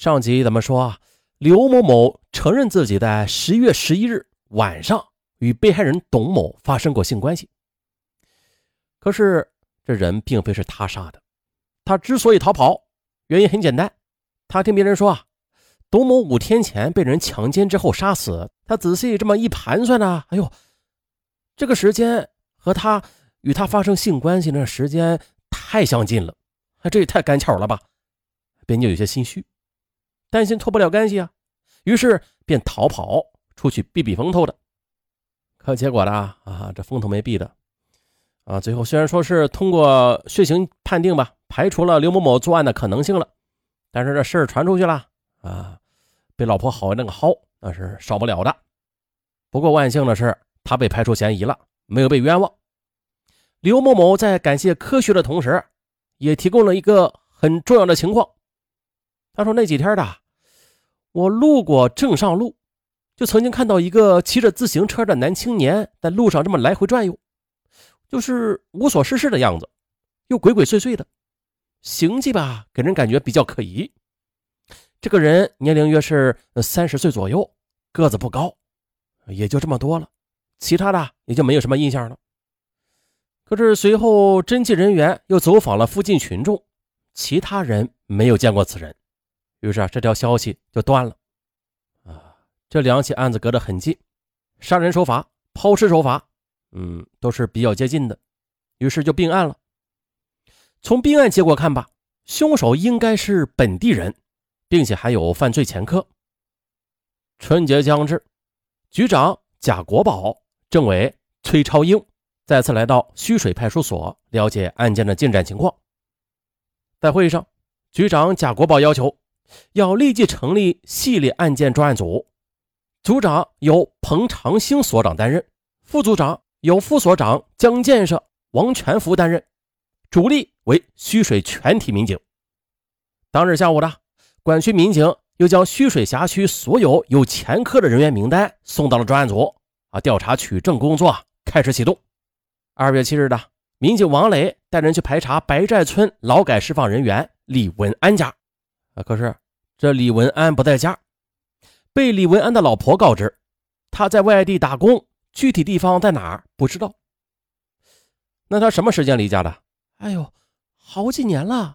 上集咱们说啊，刘某某承认自己在10月11日晚上与被害人董某发生过性关系。可是这人并非是他杀的，他之所以逃跑，原因很简单，他听别人说啊，董某5天前被人强奸之后杀死，他仔细这么一盘算呢，哎呦，这个时间和他与他发生性关系的时间太相近了，这也太赶巧了吧，便就有些心虚，担心脱不了干系啊，于是便逃跑出去避避风头的。可结果呢这风头没避的最后虽然说是通过血型判定吧，排除了刘某某作案的可能性了，但是这事儿传出去了被老婆好那个薅，那是少不了的。不过万幸的是，他被排除嫌疑了，没有被冤枉。刘某某在感谢科学的同时，也提供了一个很重要的情况。他说那几天的，我路过正上路，就曾经看到一个骑着自行车的男青年在路上这么来回转悠，就是无所事事的样子，又鬼鬼祟祟的，行迹吧给人感觉比较可疑。这个人年龄约是30岁左右，个子不高，也就这么多了，其他的也就没有什么印象了。可是随后侦缉人员又走访了附近群众，其他人没有见过此人，于是这条消息就断了。这2起案子隔得很近，杀人手法、抛尸手法都是比较接近的，于是就并案了。从并案结果看吧，凶手应该是本地人，并且还有犯罪前科。春节将至，局长贾国宝、政委崔超英再次来到虚水派出所了解案件的进展情况。在会上，局长贾国宝要求要立即成立系列案件专案组，组长由彭长兴所长担任，副组长由副所长江建设、王全福担任，主力为虚水全体民警。当日下午的，管区民警又将虚水辖区所有有前科的人员名单送到了专案组调查取证工作开始启动。2月7日的，民警王磊带人去排查白寨村劳改释放人员李文安家可是这李文安不在家，被李文安的老婆告知他在外地打工，具体地方在哪儿不知道。那他什么时间离家的？哎呦，好几年了。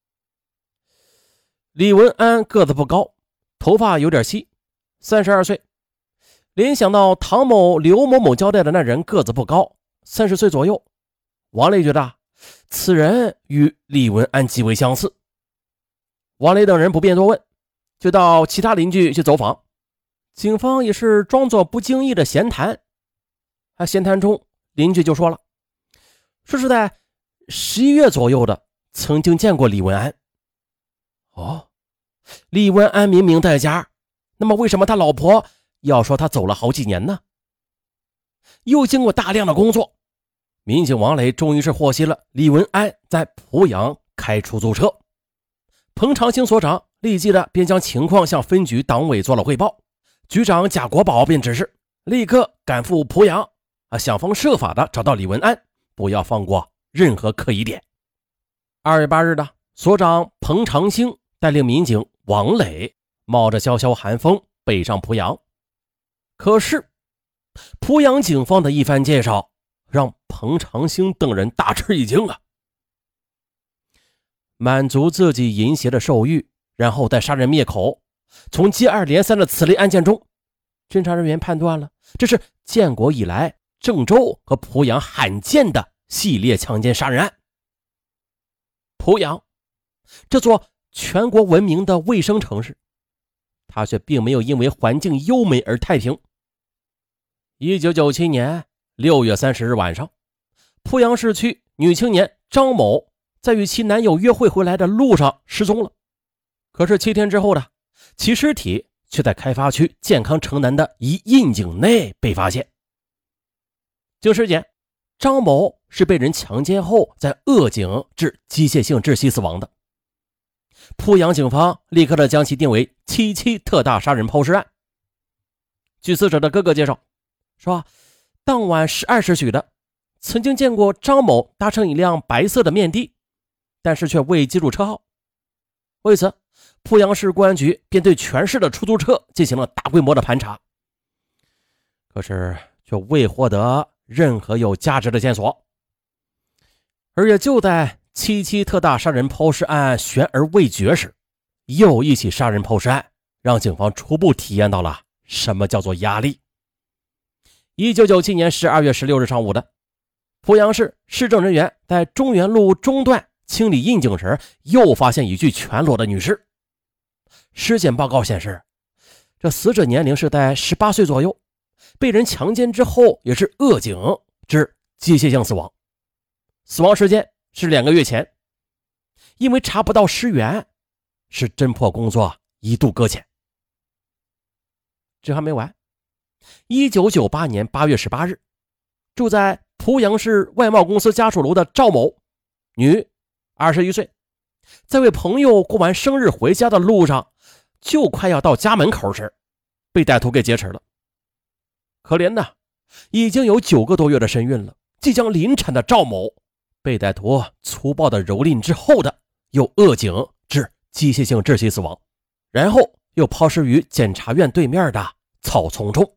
李文安个子不高，头发有点稀，32岁。联想到唐某、刘某某交代的那人个子不高，30岁左右，王磊觉得此人与李文安极为相似。王磊等人不便多问，就到其他邻居去走访。警方也是装作不经意的闲谈。闲谈中，邻居就说了，说是在11月左右的曾经见过李文安。李文安明明在家，那么为什么他老婆要说他走了好几年呢？又经过大量的工作，民警王磊终于是获悉了李文安在濮阳开出租车。彭长兴所长立即的便将情况向分局党委做了汇报，局长贾国宝便指示立刻赶赴濮阳想方设法的找到李文安，不要放过任何可疑点。2月8日的，所长彭长兴带领民警王磊冒着萧萧寒风北上濮阳。可是濮阳警方的一番介绍让彭长兴等人大吃一惊满足自己淫邪的兽欲，然后再杀人灭口，从接二连三的此类案件中，侦查人员判断了这是建国以来郑州和濮阳罕见的系列强奸杀人案。濮阳这座全国闻名的卫生城市，它却并没有因为环境优美而太平。1997年6月30日晚上，濮阳市区女青年张某在与其男友约会回来的路上失踪了。可是7天之后呢，其尸体却在开发区健康城南的一窨井内被发现。经尸检，张某是被人强奸后在扼颈致机械性窒息死亡的。濮阳警方立刻的将其定为7起特大杀人抛尸案。据死者的哥哥介绍说，当晚12时许的，曾经见过张某搭乘一辆白色的面的，但是却未记住车号。为此， 濮阳市公安局便对全市的出租车进行了大规模的盘查，可是却未获得任何有价值的线索。而也就在77特大杀人抛尸案悬而未决时，又一起杀人抛尸案让警方初步体验到了什么叫做压力。1997年12月16日上午的，濮阳市市政人员在中原路中段清理窨井时，又发现一具全裸的女尸。尸检报告显示，这死者年龄是在18岁左右，被人强奸之后也是扼颈致机械性死亡，死亡时间是2个月前。因为查不到尸源，使侦破工作一度搁浅。这还没完，1998年8月18日，住在濮阳市外贸公司家属楼的赵某，女，21岁，在为朋友过完生日回家的路上，就快要到家门口时，被歹徒给劫持了。可怜的，已经有9个多月的身孕了，即将临产的赵某，被歹徒粗暴的蹂躏之后的，又扼颈致机械性窒息死亡，然后又抛尸于检察院对面的草丛中。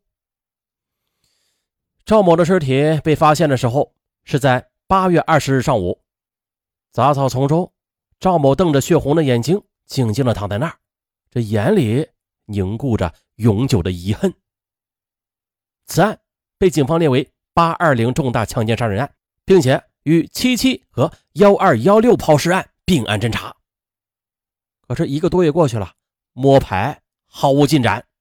赵某的尸体被发现的时候是在8月20日上午，杂草丛中，赵某瞪着血红的眼睛，静静地躺在那儿，这眼里凝固着永久的遗恨。此案被警方列为820重大强奸杀人案，并且与77和1216抛尸案并案侦查。可是1个多月过去了，摸排毫无进展。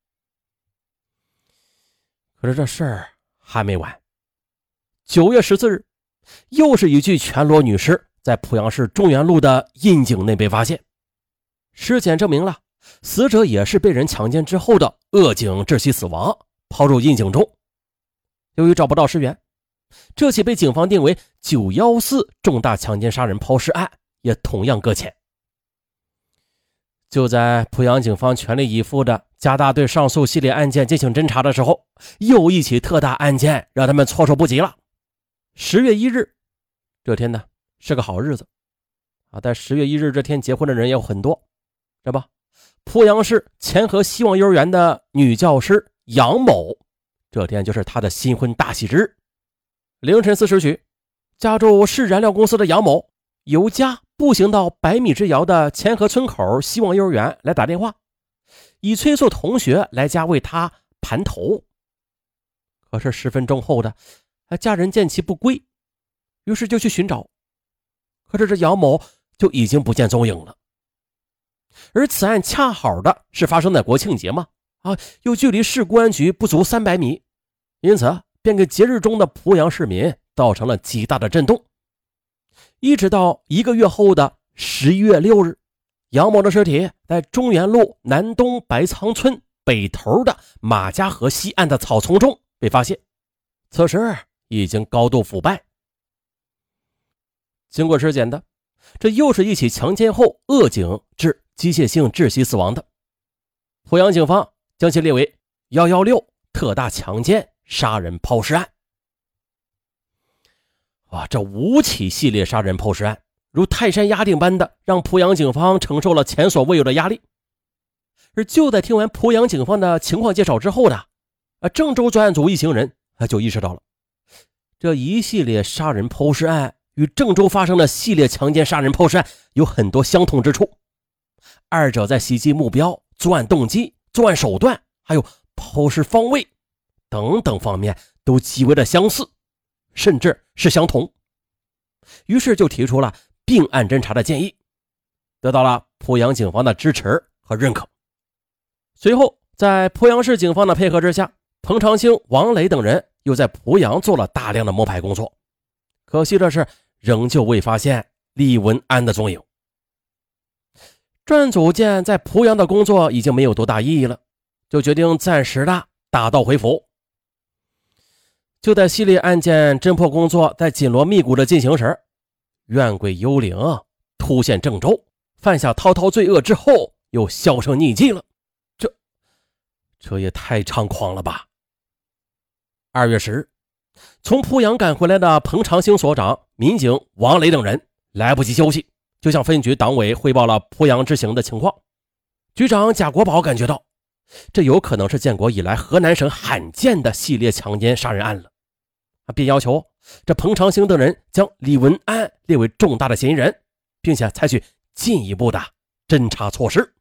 可是这事儿还没完。9月14日，又是一具全裸女尸在濮阳市中原路的窨井内被发现。尸检证明了，死者也是被人强奸之后的扼颈窒息死亡，抛入窨井中。由于找不到尸源，这起被警方定为914重大强奸杀人抛尸案也同样搁浅。就在濮阳警方全力以赴的加大对上述系列案件进行侦查的时候，又一起特大案件让他们措手不及了。10月1日，这天呢是个好日子啊！在10月1日这天结婚的人也有很多，是吧？濮阳市前河希望幼儿园的女教师杨某，这天就是她的新婚大喜之日。凌晨4时许，家住市燃料公司的杨某由家步行到100米之遥的前河村口希望幼儿园来打电话，以催促同学来家为他盘头。可是10分钟后的家人见其不归，于是就去寻找，可是这杨某就已经不见踪影了。而此案恰好的是发生在国庆节嘛，又距离市公安局不足300米，因此便给节日中的濮阳市民造成了极大的震动。一直到1个月后的11月6日，杨某的尸体在中原路南东白仓村北头的马家河西岸的草丛中被发现，此时已经高度腐败。经过尸检的，这又是一起强奸后扼颈致机械性窒息死亡的。濮阳警方将其列为116特大强奸杀人抛尸案。这5起系列杀人抛尸案如泰山压顶般的让濮阳警方承受了前所未有的压力。而就在听完濮阳警方的情况介绍之后的郑州专案组一行人就意识到了，这一系列杀人抛尸案与郑州发生的系列强奸杀人抛尸案有很多相同之处，二者在袭击目标、作案动机、作案手段还有抛尸方位等等方面都极为的相似，甚至是相同。于是就提出了并案侦查的建议，得到了濮阳警方的支持和认可。随后在濮阳市警方的配合之下，彭长兴、王磊等人又在濮阳做了大量的摸排工作，可惜的是仍旧未发现李文安的踪影。专案组见在濮阳的工作已经没有多大意义了，就决定暂时的打道回府。就在系列案件侦破工作在紧锣密鼓的进行时，怨鬼幽灵突现郑州，犯下滔滔罪恶之后又销声匿迹了，这也太猖狂了吧。2月10日，从濮阳赶回来的彭长兴所长、民警王磊等人来不及休息，就向分局党委汇报了濮阳之行的情况。 局长贾国宝感觉到，这有可能是建国以来河南省罕见的系列强奸杀人案了，便要求这彭长兴等人将李文安列为重大的嫌疑人，并且采取进一步的侦查措施。